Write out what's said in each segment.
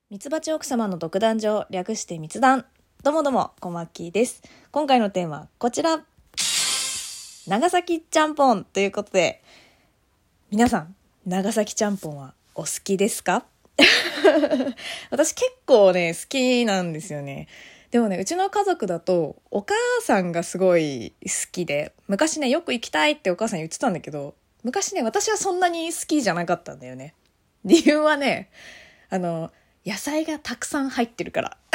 ミツバチ奥様の独壇場、略してミツダン。どうもどうも、こまっきーです。今回のテーマはこちら。長崎ちゃんぽんということで、皆さん、長崎ちゃんぽんはお好きですか？私結構ね、好きなんですよね。でもね、うちの家族だとお母さんがすごい好きで、昔ね、よく行きたいってお母さん言ってたんだけど、昔ね、私はそんなに好きじゃなかったんだよね。理由はね、野菜がたくさん入ってる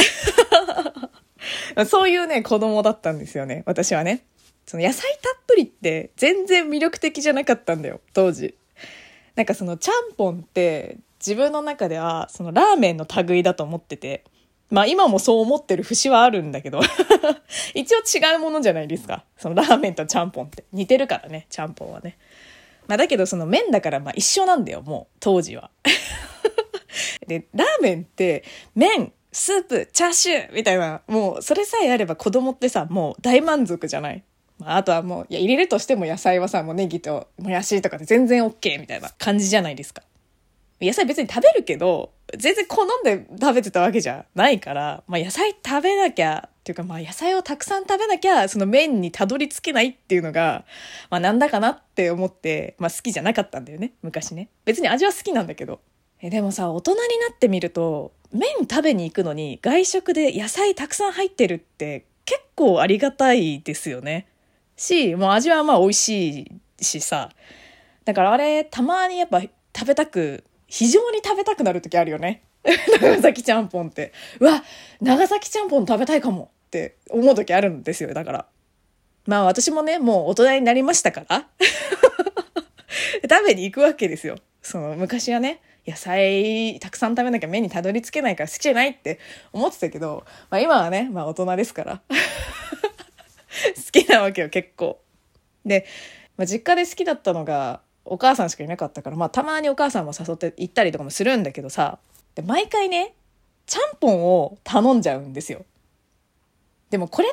からそういうね子供だったんですよね、私はね。その野菜たっぷりって全然魅力的じゃなかったんだよ、当時。なんかそのちゃんぽんって自分の中ではそのラーメンの類だと思ってて、まあ今もそう思ってる節はあるんだけど一応違うものじゃないですか。そのラーメンとちゃんぽんって似てるからね、ちゃんぽんはね。まあだけどその麺だからまあ一緒なんだよ、もう当時はで、ラーメンって麺、スープ、チャーシューみたいな、もうそれさえあれば子供ってさ、もう大満足じゃない。あとはもう、いや、入れるとしても野菜はさ、もうネギともやしとかで全然 OK みたいな感じじゃないですか。野菜別に食べるけど、全然好んで食べてたわけじゃないから、まあ野菜食べなきゃ、っていうかまあ野菜をたくさん食べなきゃ、その麺にたどり着けないっていうのが、まあなんだかなって思って、まあ好きじゃなかったんだよね、昔ね。別に味は好きなんだけど。でもさ、大人になってみると、麺食べに行くのに外食で野菜たくさん入ってるって結構ありがたいですよね。もう味はまあ美味しいしさ。だからあれ、たまにやっぱ非常に食べたくなる時あるよね。長崎ちゃんぽんって。うわ、長崎ちゃんぽん食べたいかもって思う時あるんですよ。だから。まあ私もね、もう大人になりましたから。食べに行くわけですよ。その昔はね、野菜たくさん食べなきゃ目にたどり着けないから好きじゃないって思ってたけど、まあ今はね、まあ大人ですから好きなわけよ、結構。で、まあ、実家で好きだったのがお母さんしかいなかったから、まあたまにお母さんも誘って行ったりとかもするんだけどさ、で毎回ね、ちゃんぽんを頼んじゃうんですよ。でもこれって、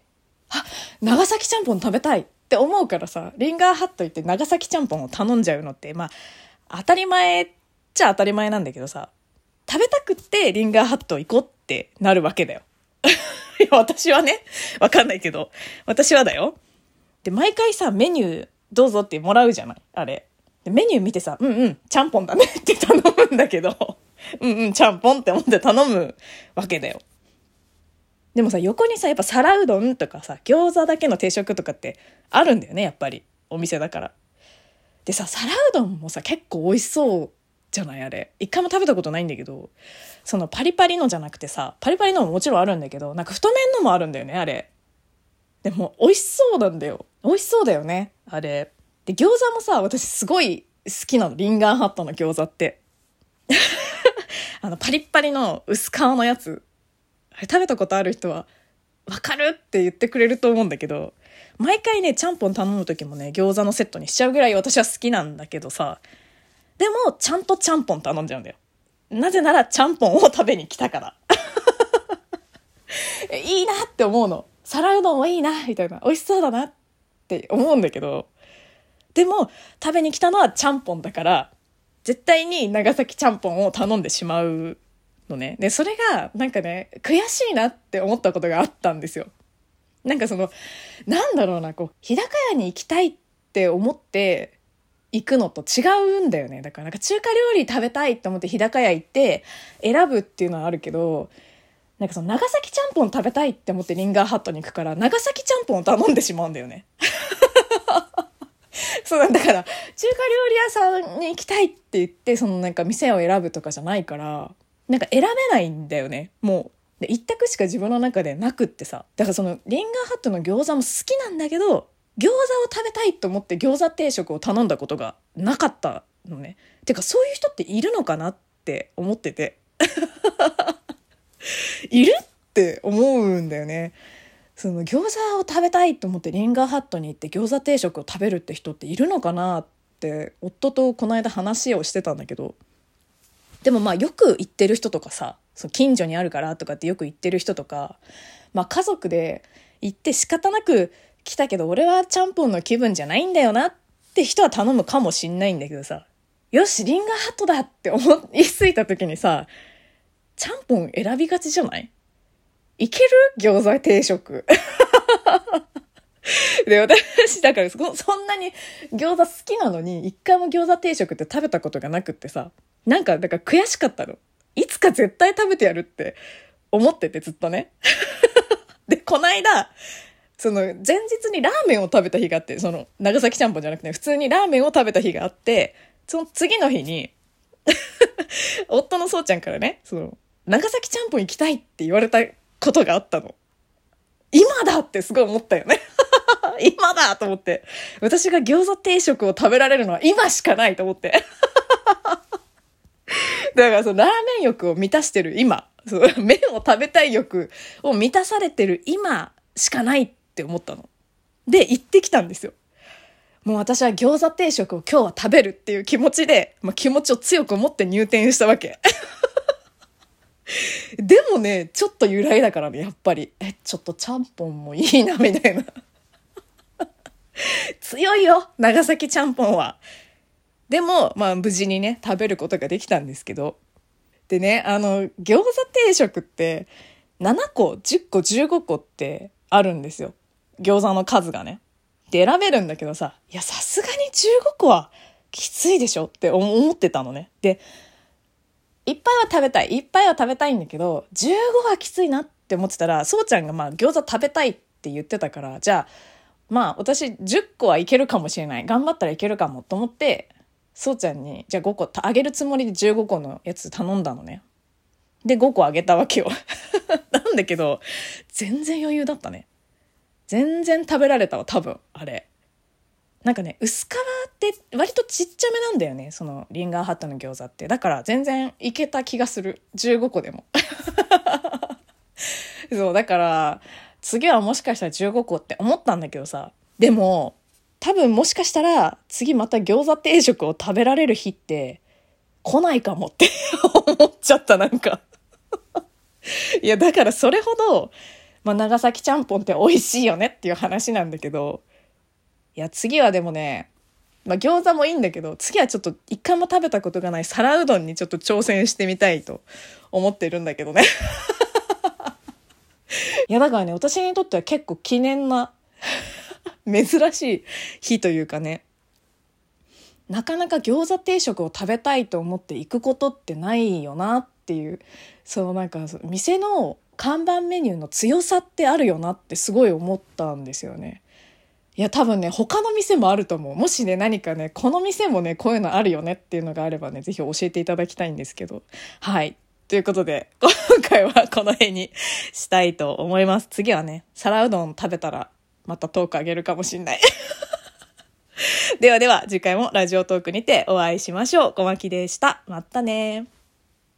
長崎ちゃんぽん食べたいって思うからさ、リンガーハット行って長崎ちゃんぽんを頼んじゃうのって、まあ当たり前っちゃ当たり前なんだけどさ、食べたくってリンガーハット行こうってなるわけだよ。いや私はね、わかんないけど、私はだよ。で、毎回さ、メニューどうぞってもらうじゃないあれ。でメニュー見てさ、ちゃんぽんだねって頼むんだけど、ちゃんぽんって思って頼むわけだよ。でもさ、横にさ、やっぱ皿うどんとかさ、餃子だけの定食とかってあるんだよね、やっぱり。お店だから。でさ、皿うどんもさ、結構美味しそうじゃないあれ。一回も食べたことないんだけど、そのパリパリのじゃなくてさ、パリパリのももちろんあるんだけど、なんか太麺のもあるんだよね、あれ。でも美味しそうなんだよ。美味しそうだよね、あれ。で、餃子もさ、私すごい好きなの。リンガーハットの餃子って。パリッパリの薄皮のやつ。あれ食べたことある人は、わかるって言ってくれると思うんだけど、毎回ね、ちゃんぽん頼む時もね、餃子のセットにしちゃうぐらい私は好きなんだけどさ、でも、ちゃんとちゃんぽん頼んじゃうんだよ。なぜなら、ちゃんぽんを食べに来たから。いいなって思うの。皿うどんもいいな、みたいな。美味しそうだなって思うんだけど、でも、食べに来たのはちゃんぽんだから、絶対に長崎ちゃんぽんを頼んでしまうのね。で、それが、なんかね、悔しいなって思ったことがあったんですよ。なんかその、なんだろうな、こう、日高屋に行きたいって思って、行くのと違うんだよね。だからなんか中華料理食べたいと思って日高屋行って選ぶっていうのはあるけど、なんかその長崎ちゃんぽん食べたいって思ってリンガーハットに行くから長崎ちゃんぽんを頼んでしまうんだよね。そうだから、中華料理屋さんに行きたいって言ってそのなんか店を選ぶとかじゃないから、なんか選べないんだよね。もうで一択しか自分の中でなくってさ、だからそのリンガーハットの餃子も好きなんだけど、餃子を食べたいと思って餃子定食を頼んだことがなかったのね。てかそういう人っているのかなって思ってているって思うんだよね。その餃子を食べたいと思ってリンガーハットに行って餃子定食を食べるって人っているのかなって夫とこの間話をしてたんだけど、でもまあよく行ってる人とかさ、その近所にあるからとかってよく行ってる人とか、まあ家族で行って仕方なく来たけど俺はちゃんぽんの気分じゃないんだよなって人は頼むかもしんないんだけどさ、よしリンガーハットだって思いついた時にさ、 ちゃんぽん選びがちじゃない？いける？餃子定食。で、私、だからそんなに餃子好きなのに、一回も餃子定食って食べたことがなくってさ、だから悔しかったの。いつか絶対食べてやるって思ってて、ずっとね。で、こないだ、前日にラーメンを食べた日があって、長崎ちゃんぽんじゃなくて、普通にラーメンを食べた日があって、その次の日に、夫のそうちゃんからね、長崎ちゃんぽん行きたいって言われたことがあったの。今だってすごい思ったよね。今だと思って。私が餃子定食を食べられるのは今しかないと思って。だからラーメン欲を満たしてる今、麺を食べたい欲を満たされてる今しかないって思ったの。で、行ってきたんですよ。もう私は餃子定食を今日は食べるっていう気持ちで、気持ちを強く持って入店したわけ。でもね、ちょっと由来だからね、やっぱり。ちょっとちゃんぽんもいいな、みたいな。強いよ、長崎ちゃんぽんは。でも、無事にね、食べることができたんですけど。でね、餃子定食って、7個、10個、15個ってあるんですよ。餃子の数がね。で、選べるんだけどさ、いや、さすがに15個はきついでしょって思ってたのね。で、いっぱいは食べたいんだけど、15はきついなって思ってたら、そうちゃんが餃子食べたいって言ってたから、じゃあ、私10個はいけるかもしれない。頑張ったらいけるかもと思って、そうちゃんに、じゃあ5個あげるつもりで15個のやつ頼んだのね。で、5個あげたわけよ。なんだけど、全然余裕だったね。全然食べられたわ、多分、あれ。なんかね、薄皮って割とちっちゃめなんだよね、リンガーハットの餃子って。だから全然いけた気がする。15個でも。そう、だから、次はもしかしたら15個って思ったんだけどさ。でも、多分もしかしたら、次また餃子定食を食べられる日って、来ないかもって思っちゃった、なんか。いや、だからそれほど、長崎ちゃんぽんって美味しいよねっていう話なんだけど、いや、次はでもね、餃子もいいんだけど、次はちょっと一回も食べたことがない皿うどんにちょっと挑戦してみたいと思ってるんだけどね。いや、だからね、私にとっては結構記念な、珍しい日というかね、なかなか餃子定食を食べたいと思って行くことってないよなっていう、店の看板メニューの強さってあるよなってすごい思ったんですよね。いや、多分ね、他の店もあると思う。もしね、何かね、この店もね、こういうのあるよねっていうのがあればね、ぜひ教えていただきたいんですけど。はい。ということで、今回はこの辺にしたいと思います。次はね、皿うどん食べたら、またトークあげるかもしんない。ではでは、次回もラジオトークにてお会いしましょう。小牧でした。またね。